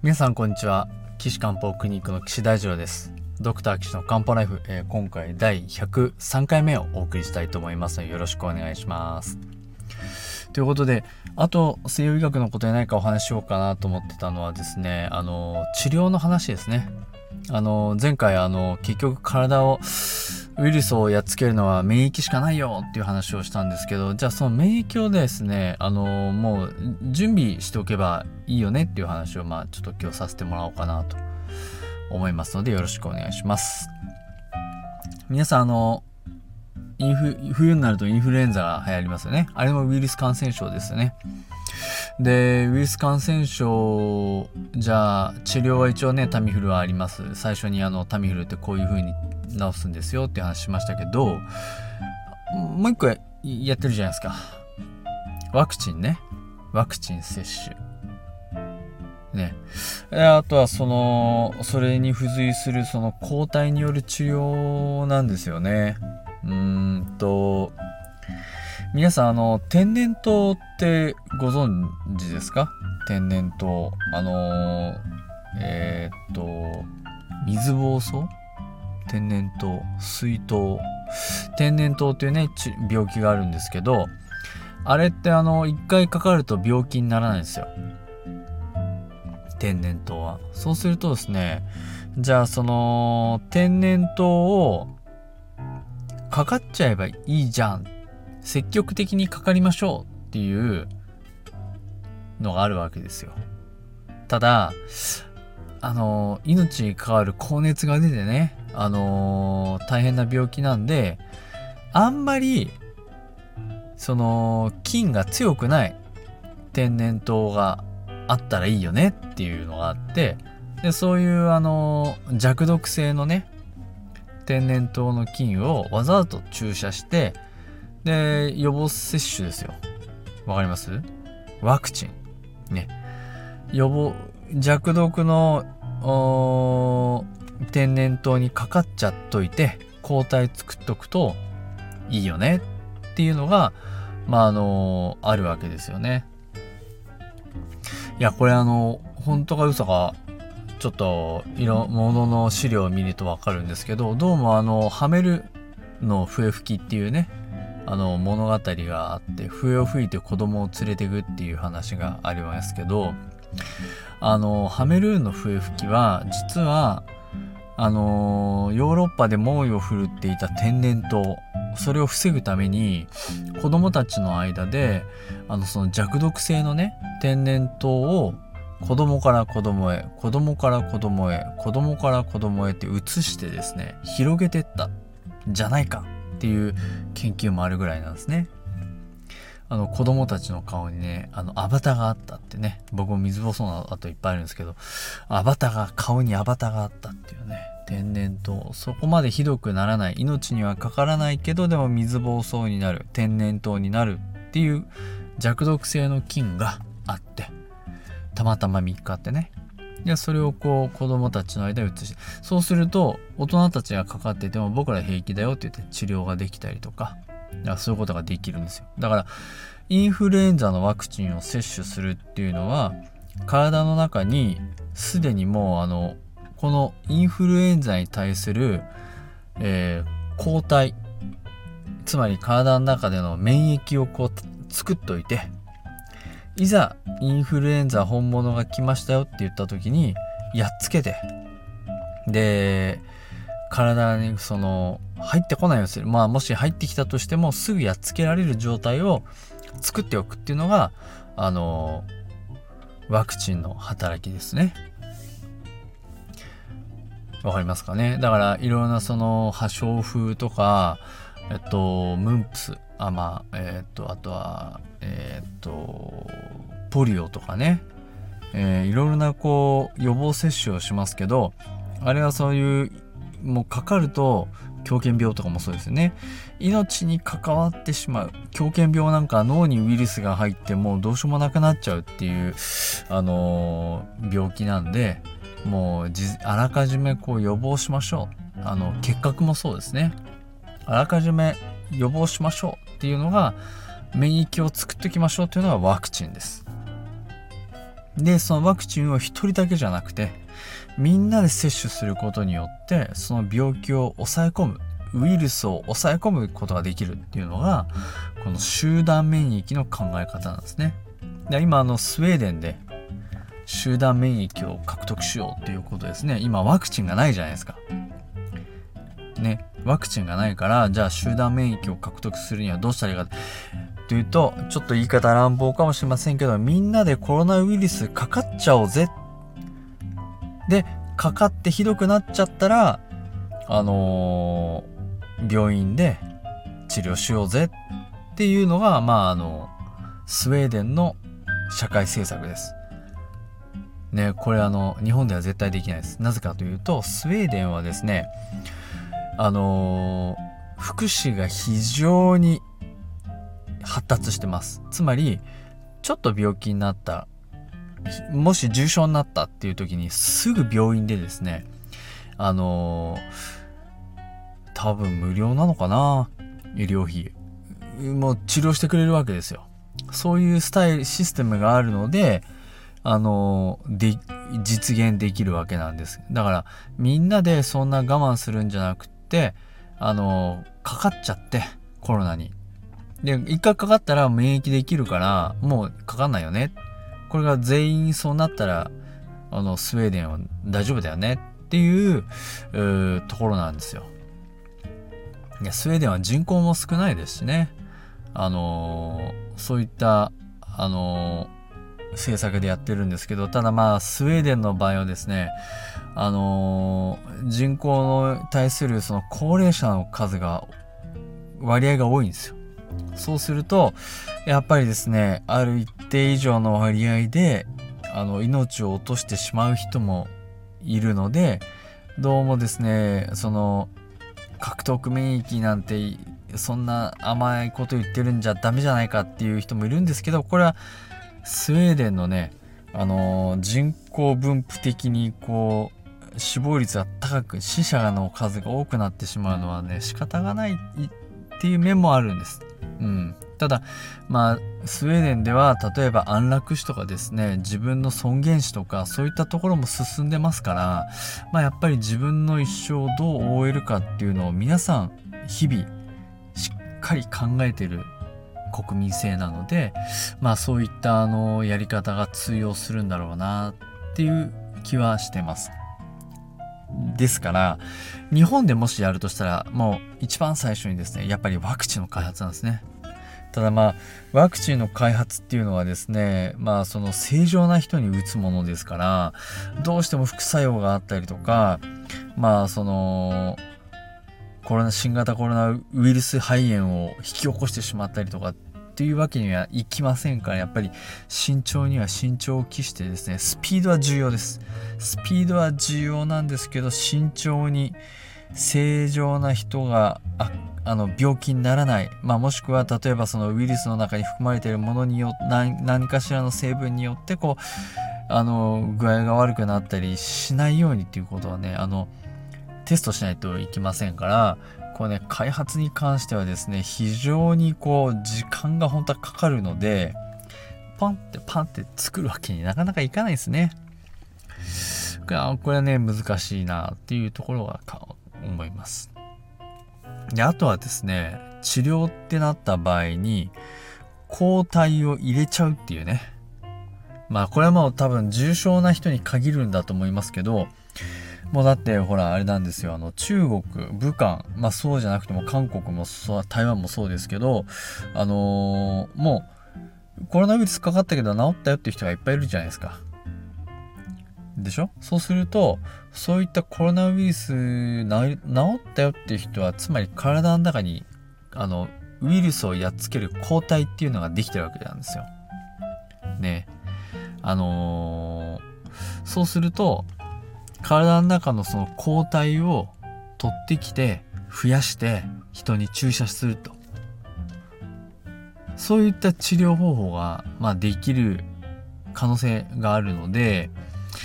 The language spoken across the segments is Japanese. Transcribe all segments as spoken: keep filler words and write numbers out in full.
皆さんこんにちは。岸漢方クリニックの岸大二郎です。ドクター岸の漢方ライフ、えー、今回だいひゃくさんかいめをお送りしたいと思いますのでよろしくお願いします。ということで、あと西洋医学のことで何かお話しようかなと思ってたのはですね、あの治療の話ですね。あの前回あの結局体をウイルスをやっつけるのは免疫しかないよっていう話をしたんですけど、じゃあその免疫をですね、あのもう準備しておけばいいよねっていう話をまあちょっと今日させてもらおうかなと思いますのでよろしくお願いします。皆さんあのインフ冬になるとインフルエンザが流行りますよね。あれもウイルス感染症ですよね。でウイルス感染症じゃあ治療は一応ねタミフルはあります。最初にあのタミフルってこういう風に治すんですよっていう話しましたけど、もう一個やってるじゃないですか。ワクチンね。ワクチン接種ね。あとはそのそれに付随するその抗体による治療なんですよね。うーんと皆さんあの天然痘ってご存知ですか？天然痘あのえー、っと水疱瘡、天然痘、水痘、天然痘っていうね病気があるんですけど、あれってあの一回かかると病気にならないんですよ、天然痘は。そうするとですね、じゃあその天然痘をかかっちゃえばいいじゃん、積極的にかかりましょうっていうのがあるわけですよ。ただあの命に関わる高熱が出てね、あの大変な病気なんで、あんまりその菌が強くない天然痘があったらいいよねっていうのがあって、でそういうあの弱毒性のね天然痘の菌をわざと注射してで予防接種ですよ。わかります？ワクチンね。予防弱毒の天然痘にかかっちゃっといて抗体作っとくといいよねっていうのがまああのあるわけですよね。いやこれあの本当か嘘かちょっといろものの資料を見るとわかるんですけど、どうもあのハメルの笛吹きっていうねあの物語があって、笛を吹いて子供を連れていくっていう話がありますけど、あのハメルーンの笛吹きは実はあのヨーロッパで猛威を振るっていた天然痘、それを防ぐために子供たちの間であのその弱毒性のね天然痘を子供から子供へ子供から子供へ子供から子供へって移してですね広げてったじゃないかっていう研究もあるぐらいなんですね。あの子供たちの顔にねあのアバタがあったってね、僕も水疱瘡の後いっぱいあるんですけど、アバタが顔にアバタがあったっていうね、天然痘そこまでひどくならない、命にはかからないけどでも水疱瘡になる、天然痘になるっていう弱毒性の菌があって、たまたまみっかあってね、でそれをこう子供たちの間に移して、そうすると大人たちがかかってても僕ら平気だよって言って治療ができたりとか、そういうことができるんですよ。だからインフルエンザのワクチンを接種するっていうのは体の中にすでにもうあのこのインフルエンザに対する、えー、抗体、つまり体の中での免疫をこう作っといて、いざインフルエンザ本物が来ましたよって言った時にやっつけて、で体にその入ってこないようにする、まあもし入ってきたとしてもすぐやっつけられる状態を作っておくっていうのがあのワクチンの働きですね。わかりますかね。だからいろんなその破傷風とかえっとムンプス、あまあえっとあとはえっとポリオとかね、えー、いろいろなこう予防接種をしますけど、あれはそういうもうかかると狂犬病とかもそうですよね。命に関わってしまう狂犬病なんか脳にウイルスが入ってもうどうしようもなくなっちゃうっていう、あのー、病気なんで、もうじあらかじめこう予防しましょう。あの結核もそうですね。あらかじめ予防しましょうっていうのが、免疫を作っておきましょうっていうのがワクチンです。 で、そのワクチンを一人だけじゃなくて、みんなで接種することによって、その病気を抑え込む、ウイルスを抑え込むことができるっていうのが、この集団免疫の考え方なんですね。で、今、あの、スウェーデンで、集団免疫を獲得しようっていうことですね。今、ワクチンがないじゃないですか。ね。ワクチンがないから、じゃあ集団免疫を獲得するにはどうしたらいいかというと、ちょっと言い方乱暴かもしれませんけど、みんなでコロナウイルスかかっちゃおうぜ。で、かかってひどくなっちゃったら、あのー、病院で治療しようぜっていうのが、まあ、あの、スウェーデンの社会政策です。ね、これあの、日本では絶対できないです。なぜかというと、スウェーデンはですね、あのー、福祉が非常に発達してます。つまり、ちょっと病気になった、もし重症になったっていう時にすぐ病院でですね、あのー、多分無料なのかな、医療費。もう治療してくれるわけですよ。そういうスタイル、システムがあるので、あのー、で、実現できるわけなんです。だから、みんなでそんな我慢するんじゃなくて、あのー、かかっちゃって、コロナに。で、一回かかったら免疫できるから、もうかかんないよね。これが全員そうなったら、あの、スウェーデンは大丈夫だよねっていう、うーところなんですよ。いや、スウェーデンは人口も少ないですしね。あのー、そういった、あのー、政策でやってるんですけど、ただまあ、スウェーデンの場合はですね、あのー、人口に対するその高齢者の数が、割合が多いんですよ。そうすると、やっぱりですね、ある一定以上の割合で、あの、命を落としてしまう人もいるので、どうもですね、その、獲得免疫なんて、そんな甘いこと言ってるんじゃダメじゃないかっていう人もいるんですけど、これは、スウェーデンのね、あの、人口分布的に、こう、死亡率が高く、死者の数が多くなってしまうのはね、仕方がないっていう面もあるんです。うん、ただまあスウェーデンでは例えば安楽死とかですね、自分の尊厳死とかそういったところも進んでますから、まあやっぱり自分の一生をどう終えるかっていうのを皆さん日々しっかり考えてる国民性なので、まあそういったあのやり方が通用するんだろうなっていう気はしてます。ですから日本でもしやるとしたら、もう一番最初にですね、やっぱりワクチンの開発なんですね。ただまあワクチンの開発っていうのはですね、まあその正常な人に打つものですから、どうしても副作用があったりとか、まあそのコロナ新型コロナウイルス肺炎を引き起こしてしまったりとかっていうわけにはいきませんから、やっぱり慎重には慎重を期してですね、スピードは重要です。スピードは重要なんですけど、慎重に正常な人がああの病気にならない、まあ、もしくは例えばそのウイルスの中に含まれているものによって何、何かしらの成分によってこうあの具合が悪くなったりしないようにっていうことはね、あのテストしないといけませんから、こうね、開発に関してはですね、非常にこう時間が本当はかかるので、パンってパンって作るわけになかなかいかないですね。これはね、難しいなっていうところが思います。で、あとはですね、治療ってなった場合に抗体を入れちゃうっていうね。まあこれはもう多分重症な人に限るんだと思いますけど、もうだってほらあれなんですよ、あの中国、武漢、まあそうじゃなくても韓国もそう、台湾もそうですけど、あのー、もうコロナウイルスかかったけど治ったよっていう人がいっぱいいるじゃないですか。でしょ？そうすると、そういったコロナウイルス治ったよっていう人は、つまり体の中にあのウイルスをやっつける抗体っていうのができてるわけなんですよ。ね、あのー、そうすると体の中のその抗体を取ってきて増やして人に注射すると、そういった治療方法が、まあ、できる可能性があるので、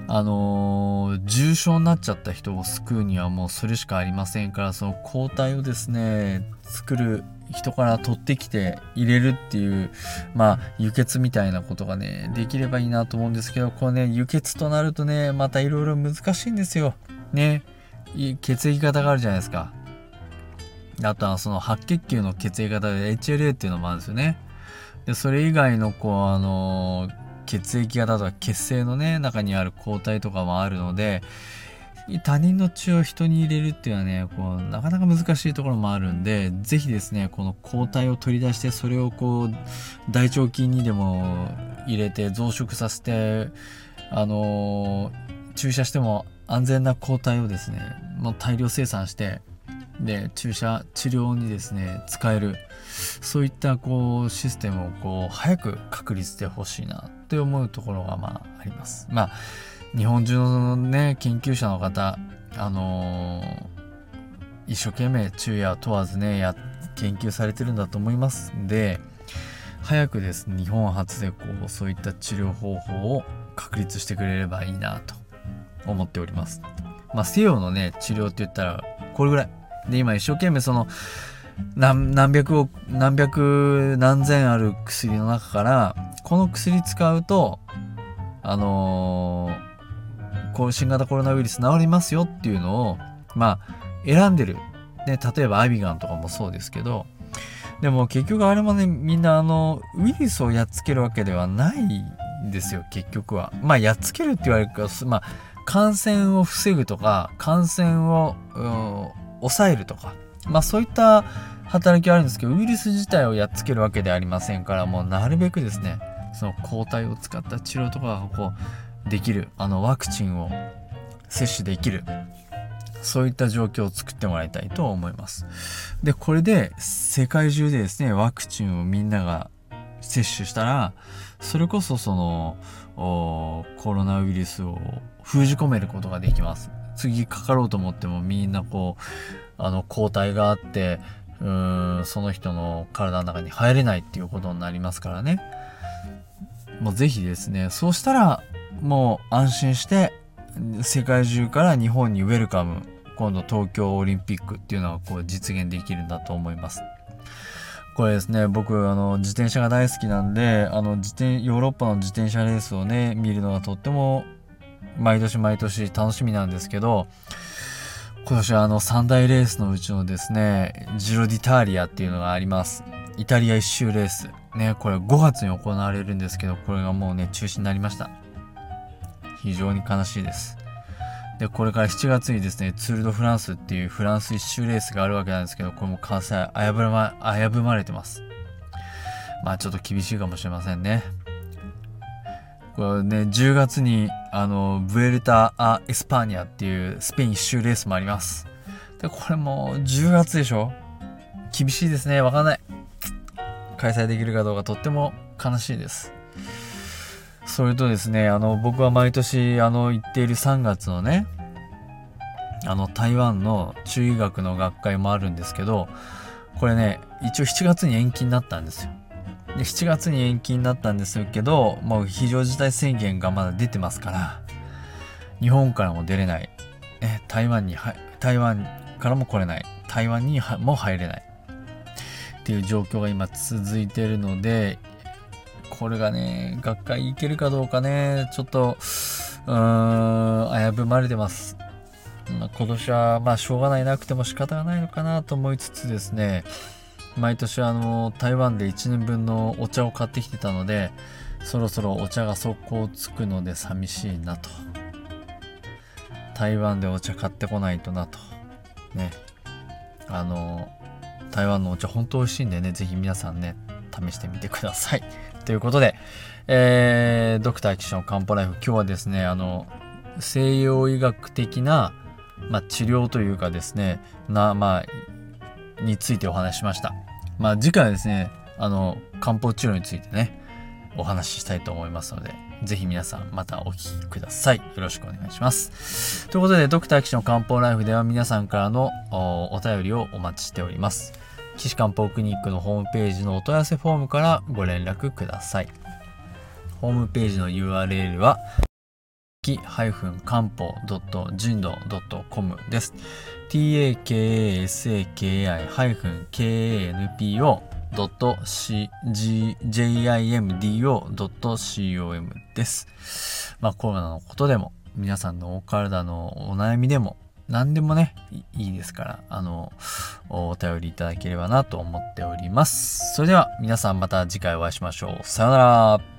あのー、重症になっちゃった人を救うにはもうそれしかありませんから、その抗体をですね作る人から取ってきて入れるっていう、まあ輸血みたいなことがねできればいいなと思うんですけど、これね輸血となるとねまたいろいろ難しいんですよね。血液型があるじゃないですか。あとはその白血球の血液型で エイチエルエー っていうのもあるんですよね。でそれ以外のこうあの血液型とか血清のね中にある抗体とかもあるので、他人の血を人に入れるっていうのはねこうなかなか難しいところもあるんで、ぜひですねこの抗体を取り出して、それをこう大腸菌にでも入れて増殖させて、あのー、注射しても安全な抗体をですねもう大量生産して、で注射治療にですね使える、そういったこうシステムをこう早く確立してほしいなって思うところがまああります。まあ日本中のね研究者の方、あのー、一生懸命昼夜問わずねや研究されてるんだと思いますんで、早くですね日本初でこうそういった治療方法を確立してくれればいいなと思っております。まあ西洋のね治療って言ったらこれぐらいで、今一生懸命その 何, 何百億何百何千ある薬の中からこの薬使うとあのー、こう新型コロナウイルス治りますよっていうのをまあ選んでる、ね、例えばアビガンとかもそうですけど、でも結局あれもねみんなあのウイルスをやっつけるわけではないんですよ結局は。まあやっつけるって言われるか、まあ感染を防ぐとか感染を、うん抑えるとか、まあそういった働きはあるんですけど、ウイルス自体をやっつけるわけではありませんから、もうなるべくですねその抗体を使った治療とかがこうできる、あのワクチンを接種できる、そういった状況を作ってもらいたいと思います。でこれで世界中でですねワクチンをみんなが接種したら、それこそそのコロナウイルスを封じ込めることができます。次かかろうと思ってもみんなこうあの抗体があってうーんその人の体の中に入れないっていうことになりますからね。もうぜひですねそうしたらもう安心して世界中から日本にウェルカム、今度東京オリンピックっていうのはこう実現できるんだと思います。これですね僕あの自転車が大好きなんで、あの自転ヨーロッパの自転車レースをね見るのがとっても毎年毎年楽しみなんですけど、今年はあの三大レースのうちのですねジロディターリアっていうのがあります。イタリア一周レースね、これごがつに行われるんですけど、これがもうね中止になりました。非常に悲しいです。でこれからしちがつにですねツール・ド・フランスっていうフランス一周レースがあるわけなんですけど、これも開催危ぶま危ぶまれてます。まあちょっと厳しいかもしれませんね。これねじゅうがつにあのブエルタ・ア・エスパーニャっていうスペイン一周レースもあります。でこれもじゅうがつでしょ、厳しいですね。わかんない、開催できるかどうかとっても悲しいです。それとですねあの僕は毎年あの行っているさんがつのねあの台湾の中医学の学会もあるんですけど、これね一応しちがつに延期になったんですよ。でしちがつに延期になったんですけど、もう非常事態宣言がまだ出てますから日本からも出れない、え台湾に台湾からも来れない、台湾にも入れないっていう状況が今続いているので、これがね学会行けるかどうかねちょっとうーん危ぶまれてます。まあ、今年はまあしょうがないなくても仕方がないのかなと思いつつですね、毎年あの台湾でいちねんぶんのお茶を買ってきてたので、そろそろお茶が底をつくので寂しいなと。台湾でお茶買ってこないとなとね。あの台湾のお茶本当美味しいんでね、ぜひ皆さんね試してみてください。ということで、えー、ドクター岸の漢方ライフ、今日はですねあの西洋医学的な、まあ、治療というかですねなまあについてお話ししました。まあ次回はですねあの漢方治療についてねお話ししたいと思いますので、ぜひ皆さんまたお聞きください。よろしくお願いします。ということでドクター岸の漢方ライフでは皆さんからの お, お便りをお待ちしております。岸漢方クリニックのホームページのお問い合わせフォームからご連絡ください。ホームページの ユーアールエル はき 漢方 ジンド ドットコム です。タカサキ kanpo ドット ジンド ドット コム です。まあコロナのことでも皆さんのお体のお悩みでも何でもねいいですから、あのお便りいただければなと思っております。それでは皆さんまた次回お会いしましょう。さようなら。